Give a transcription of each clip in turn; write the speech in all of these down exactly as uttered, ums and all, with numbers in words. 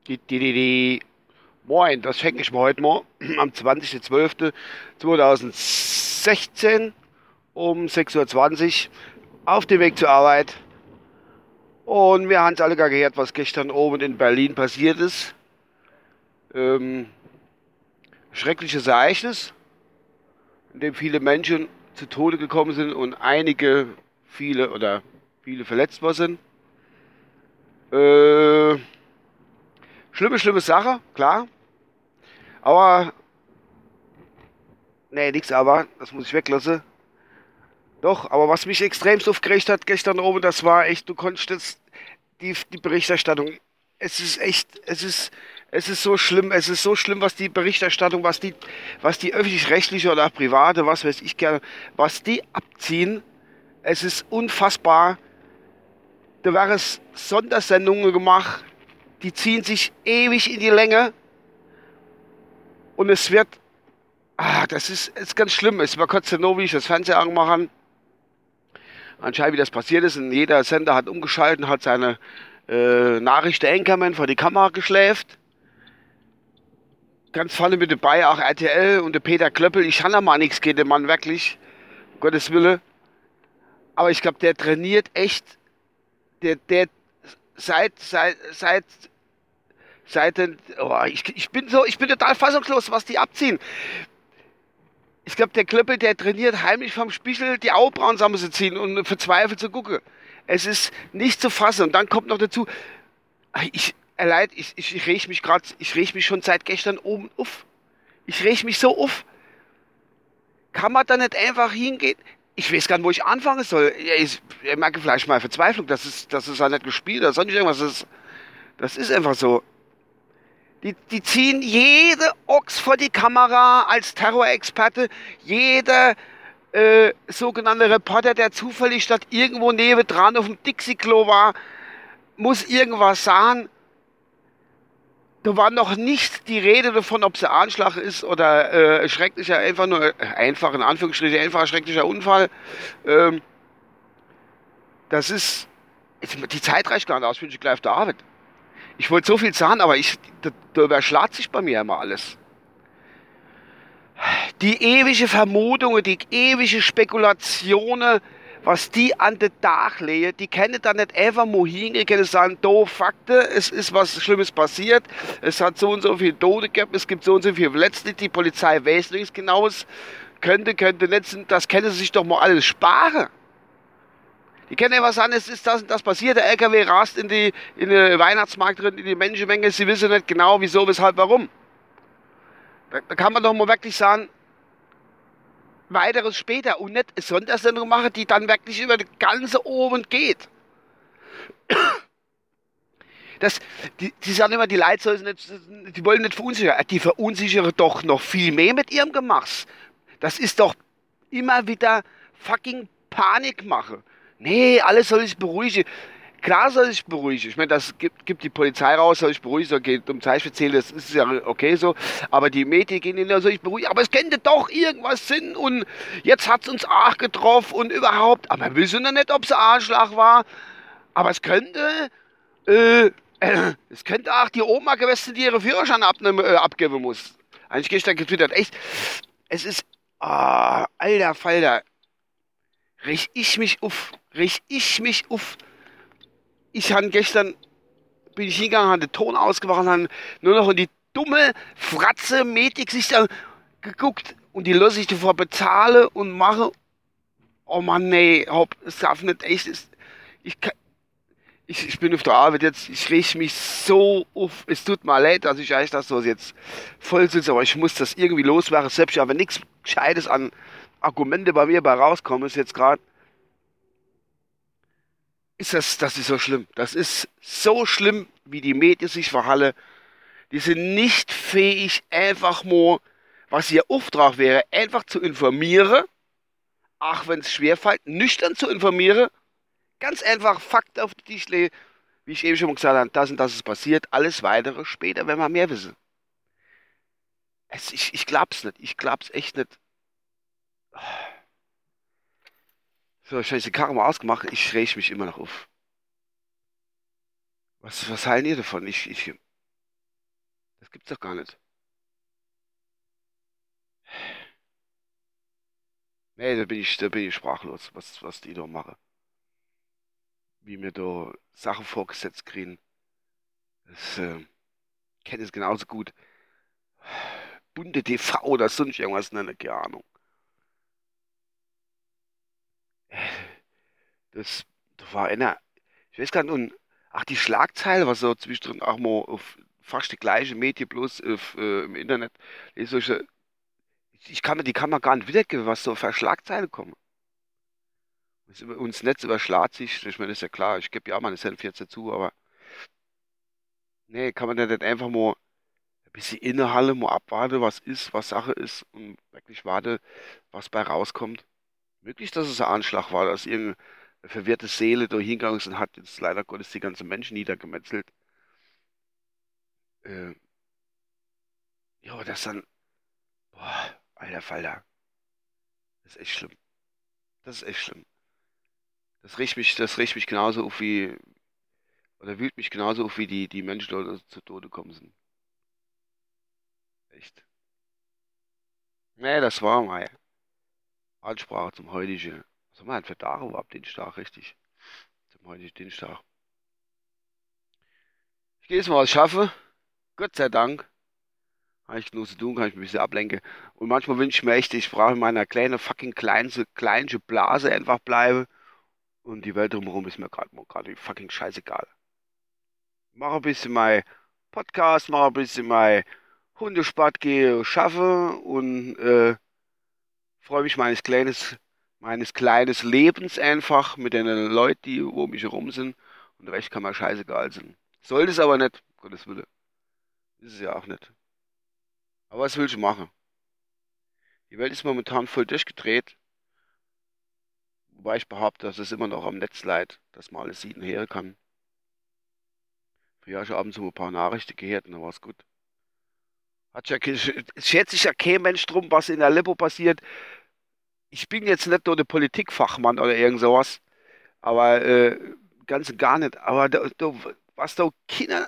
Die, die, die, die. Moin, das schenke ich mir heute mal am zwanzigsten zwölften zweitausendsechzehn um sechs Uhr zwanzig auf dem Weg zur Arbeit. Und wir haben es alle gar gehört, was gestern oben in Berlin passiert ist. Ähm, schreckliches Ereignis, in dem viele Menschen zu Tode gekommen sind und einige, viele oder viele verletzt worden sind. Äh, schlimme, schlimme Sache, klar. Aber, nee, nix aber, das muss ich weglassen. Doch, aber was mich extremst aufgeregt hat gestern oben, das war echt, du konntest jetzt die, die Berichterstattung. Es ist echt, es ist, es ist so schlimm, es ist so schlimm, was die Berichterstattung, was die, was die öffentlich-rechtliche oder auch private, was weiß ich gerne, was die abziehen. Es ist unfassbar. Da wäre es Sondersendungen gemacht, die ziehen sich ewig in die Länge und es wird, ah, das ist, ist ganz schlimm. Es war kurz nur, wie ich das Fernseher angemacht anscheinend, wie das passiert ist. Und jeder Sender hat umgeschaltet, hat seine äh, Nachrichten-Anchorman vor die Kamera geschläft. Ganz vorne mit dabei auch R T L und der Peter Klöppel. Ich kann da mal nichts gegen den Mann, wirklich. Um Gottes Wille. Aber ich glaube, der trainiert echt. Der, der seit, seit, seit, seit den, oh, ich, ich bin so, ich bin total fassungslos, was die abziehen. Ich glaube, der Klöppel, der trainiert heimlich vom Spiegel die Augenbrauen zusammen zu ziehen und verzweifelt zu gucken. Es ist nicht zu fassen. Und dann kommt noch dazu, ich, äh, leid, ich, ich, ich reg mich gerade, ich reg mich schon seit gestern oben auf. Ich reg mich so auf. Kann man da nicht einfach hingehen? Ich weiß gar nicht, wo ich anfangen soll. Ja, Ich, ich merke vielleicht mal Verzweiflung, das ist, das ist ja nicht gespielt oder sonst irgendwas. Das ist, das ist einfach so. Die, die ziehen jede Ochs vor die Kamera als Terrorexperte. Jeder äh, sogenannte Reporter, der zufällig dort irgendwo nebendran auf dem Dixie-Klo war, muss irgendwas sagen. Da war noch nicht die Rede davon, ob es ein Anschlag ist oder äh, schrecklicher, einfach nur, äh, einfach in Anführungsstrichen, einfach schrecklicher Unfall. Ähm, das ist, die Zeit reicht gar nicht aus, ich bin schon gleich auf der Arbeit. Ich wollte so viel sagen, aber ich, da, da überschlägt sich bei mir immer alles. Die ewige Vermutungen, die ewige Spekulationen, was die an den Tag legen, die können da nicht einfach mal hingehen, können sagen, do, Fakte, es ist was Schlimmes passiert, es hat so und so viele Tote gegeben, es gibt so und so viele Verletzte, die Polizei weiß nichts Genaues, könnte, könnte nicht, das können sie sich doch mal alles sparen. Die können ja was sagen, es ist das und das passiert, der L K W rast in die, in den Weihnachtsmarkt drin, in die Menschenmenge, sie wissen nicht genau, wieso, weshalb, warum. Da, da kann man doch mal wirklich sagen, weiteres später und nicht eine Sondersendung machen, die dann wirklich über das ganze oben geht. Das, die, die sagen immer, die Leute sollen nicht, die wollen nicht verunsichern. Die verunsichern doch noch viel mehr mit ihrem Gemachs. Das ist doch immer wieder fucking Panik machen. Nee, alles soll sich beruhigen. Klar soll sich beruhigen. Ich meine, das gibt, gibt die Polizei raus, soll sich beruhigen, soll geht um Zeichen zählen, das ist ja okay so. Aber die Medien gehen in soll sich beruhigen. Aber es könnte doch irgendwas sein und jetzt hat es uns auch getroffen und überhaupt. Aber wir wissen ja nicht, ob es ein Anschlag war. Aber es könnte, äh, äh, es könnte auch die Oma gewesen sein, die ihre Führerschein abnehmen, äh, abgeben muss. Eigentlich gestern getwittert, echt. Es ist, ah, alter Falter, reg ich mich auf, reg ich mich auf. Ich habe gestern, bin ich hingegangen, habe den Ton ausgemacht, habe nur noch in die dumme Fratze Medic-Gesichter geguckt und die lasse ich davor bezahle und mache. Oh Mann, nee, hopp, es darf nicht echt. Es, ich, kann- ich, ich bin auf der Arbeit jetzt, ich reg mich so auf. Es tut mir leid, dass ich eigentlich das so jetzt voll sitze, aber ich muss das irgendwie loswerden. Selbst wenn nichts Gescheites an Argumente bei mir bei rauskommen, ist jetzt gerade. Ist das, das ist so schlimm. Das ist so schlimm, wie die Medien sich verhalten. Die sind nicht fähig, einfach mal, was ihr Auftrag wäre, einfach zu informieren, auch wenn es schwerfällt, nüchtern zu informieren, ganz einfach Fakten auf den Tisch legen, wie ich eben schon mal gesagt habe, das und das ist passiert, alles weitere später, wenn wir mehr wissen. Es, ich, ich glaub's nicht, ich glaub's echt nicht. So, ich habe die Karre mal ausgemacht, ich reg mich immer noch auf. Was, was halten ihr davon? Ich, ich, Das gibt's doch gar nicht. Nee, da bin ich, da bin ich sprachlos, was, was die da machen. Wie mir da Sachen vorgesetzt kriegen. Das äh, kenne ich genauso gut. Bunte T V oder sonst irgendwas, ne, keine Ahnung. Das, das war einer, ich weiß gar nicht, und, ach, die Schlagzeile, was so zwischendrin auch mal auf fast die gleiche Medien bloß auf, äh, im Internet, die solche, ich kann mir, die kann man gar nicht wiedergeben, was so für Schlagzeile kommen. Das über, und das Netz überschlägt sich, ich meine, das ist ja klar, ich gebe ja auch meine Senf jetzt dazu, aber nee, kann man da nicht einfach mal ein bisschen innehalten, mal abwarten, was ist, was Sache ist und wirklich warte, was bei rauskommt. Möglich, dass es ein Anschlag war, dass irgendeine verwirrte Seele da hingegangen ist und hat jetzt leider Gottes die ganzen Menschen niedergemetzelt. Äh, ja, aber das dann, boah, alter Falter, das ist echt schlimm. Das ist echt schlimm. Das riecht mich, das riecht mich genauso auf wie, oder wühlt mich genauso auf wie die, die Menschen dort zu Tode gekommen sind. Echt. Nee, das war meine Ansprache zum heutigen, was haben wir denn für Tage überhaupt, Dienstag, richtig? Zum heutigen Dienstag. Ich gehe jetzt mal was schaffen, Gott sei Dank. Habe ich genug zu tun, kann ich mich ein bisschen ablenken. Und manchmal wünsche ich mir echt, ich brauche in meiner kleinen fucking kleinste, kleinste Blase einfach bleiben. Und die Welt drumherum ist mir gerade mal gerade fucking scheißegal. Mach ein bisschen mein Podcast, mach ein bisschen mein Hundesport, gehe schaffe und äh, freue mich meines kleines, meines kleines Lebens einfach mit den Leuten, die um mich herum sind. Und der Rest kann mir scheißegal sein. Sollte es aber nicht, um Gottes Willen. Ist es ja auch nicht. Aber was willst du machen? Die Welt ist momentan voll durchgedreht. Wobei ich behaupte, dass es immer noch am Netz leidet, dass man alles sieht und hören kann. Früher habe ich abends so ein paar Nachrichten gehört und dann war es gut. Hat ja, ke- es schert sich ja kein Mensch drum, was in Aleppo passiert. Ich bin jetzt nicht nur der Politikfachmann oder irgend sowas, aber äh, ganz und gar nicht. Aber da, da, was da Kinder,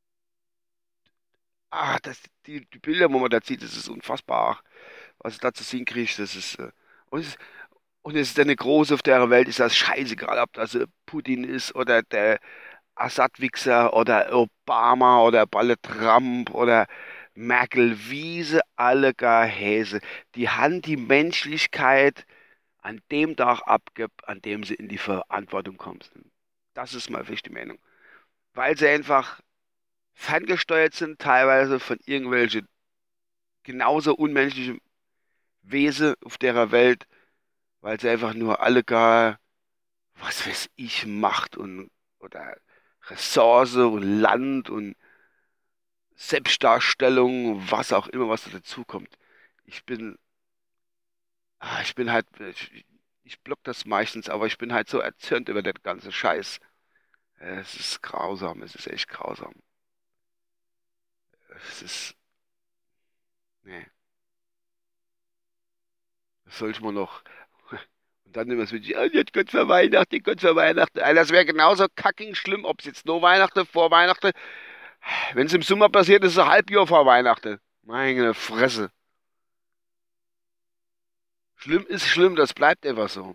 ah, das, die, die Bilder, wo man da sieht, das ist unfassbar, was ich da zu sehen kriege, das ist, äh, und es, und es ist eine große auf der Welt, ist das scheißegal, ob das äh, Putin ist oder der Assad-Wichser oder Obama oder Balle Trump oder Merkel, wie sie alle Gehäse. Die haben die Menschlichkeit an dem Tag abgibt, an dem sie in die Verantwortung kommen. Das ist mal wichtige Meinung. Weil sie einfach ferngesteuert sind, teilweise von irgendwelchen genauso unmenschlichen Wesen auf der Welt, weil sie einfach nur alle gar, was weiß ich, Macht und oder Ressource und Land und Selbstdarstellung, was auch immer, was da dazukommt. Ich bin, ah, ich bin halt, ich, ich block das meistens, aber ich bin halt so erzürnt über den ganzen Scheiß. Es ist grausam, es ist echt grausam. Es ist, nee, was soll ich mal noch? Und dann immer so, ja, jetzt Gott für Weihnachten, Gott für Weihnachten. Alter, das wäre genauso kacking schlimm, ob es jetzt nur Weihnachten, vor Weihnachten. Wenn es im Sommer passiert, ist es ein Halbjahr vor Weihnachten. Meine Fresse. Schlimm ist schlimm, das bleibt einfach so.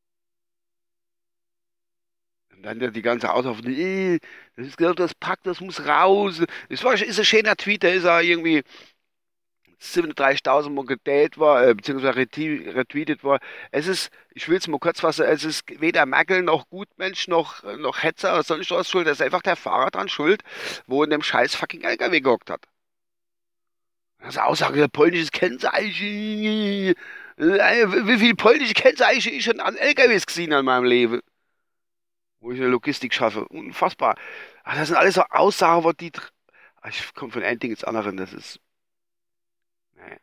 Und dann der die ganze Auto auf, nee, das ist genau das Pack, das muss raus. Es war, ist ein schöner Tweet, der ist er irgendwie siebenunddreißigtausend Mal geteilt war, äh, beziehungsweise retwe- retweetet war. Es ist, ich will es mal kurz fassen, es ist weder Merkel noch Gutmensch noch, noch Hetzer oder sonst was schuld. Es ist einfach der Fahrer dran schuld, wo in dem scheiß fucking L K W gehockt hat. Das ist eine Aussage, polnisches Kennzeichen. Äh, Wie viele polnische Kennzeichen ich schon an L K Ws gesehen in meinem Leben, wo ich eine Logistik schaffe. Unfassbar. Ach, das sind alles so Aussagen, wo die. tr- Ach, ich komme von einem Ding ins andere. Das ist. Nee,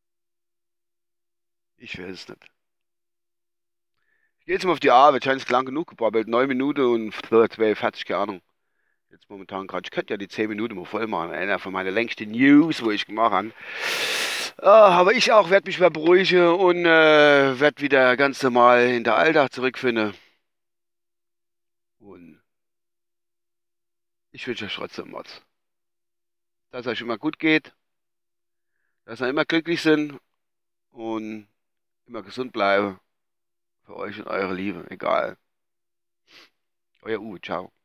ich weiß es nicht. Ich gehe jetzt mal auf die Arbeit. Scheint es lang genug gebabbelt. Neun Minuten und zwölf, fertig, keine Ahnung. Jetzt momentan gerade. Ich könnte ja die zehn Minuten mal voll machen. Einer von meinen längsten News, wo ich gemacht habe. Ah, aber ich auch werde mich mal beruhigen und äh, werde wieder ganz normal in den Alltag zurückfinden. Und ich wünsche euch trotzdem was. dass es euch immer gut geht, dass ihr immer glücklich sind und immer gesund bleiben für euch und eure Liebe, egal. Euer Uwe, ciao.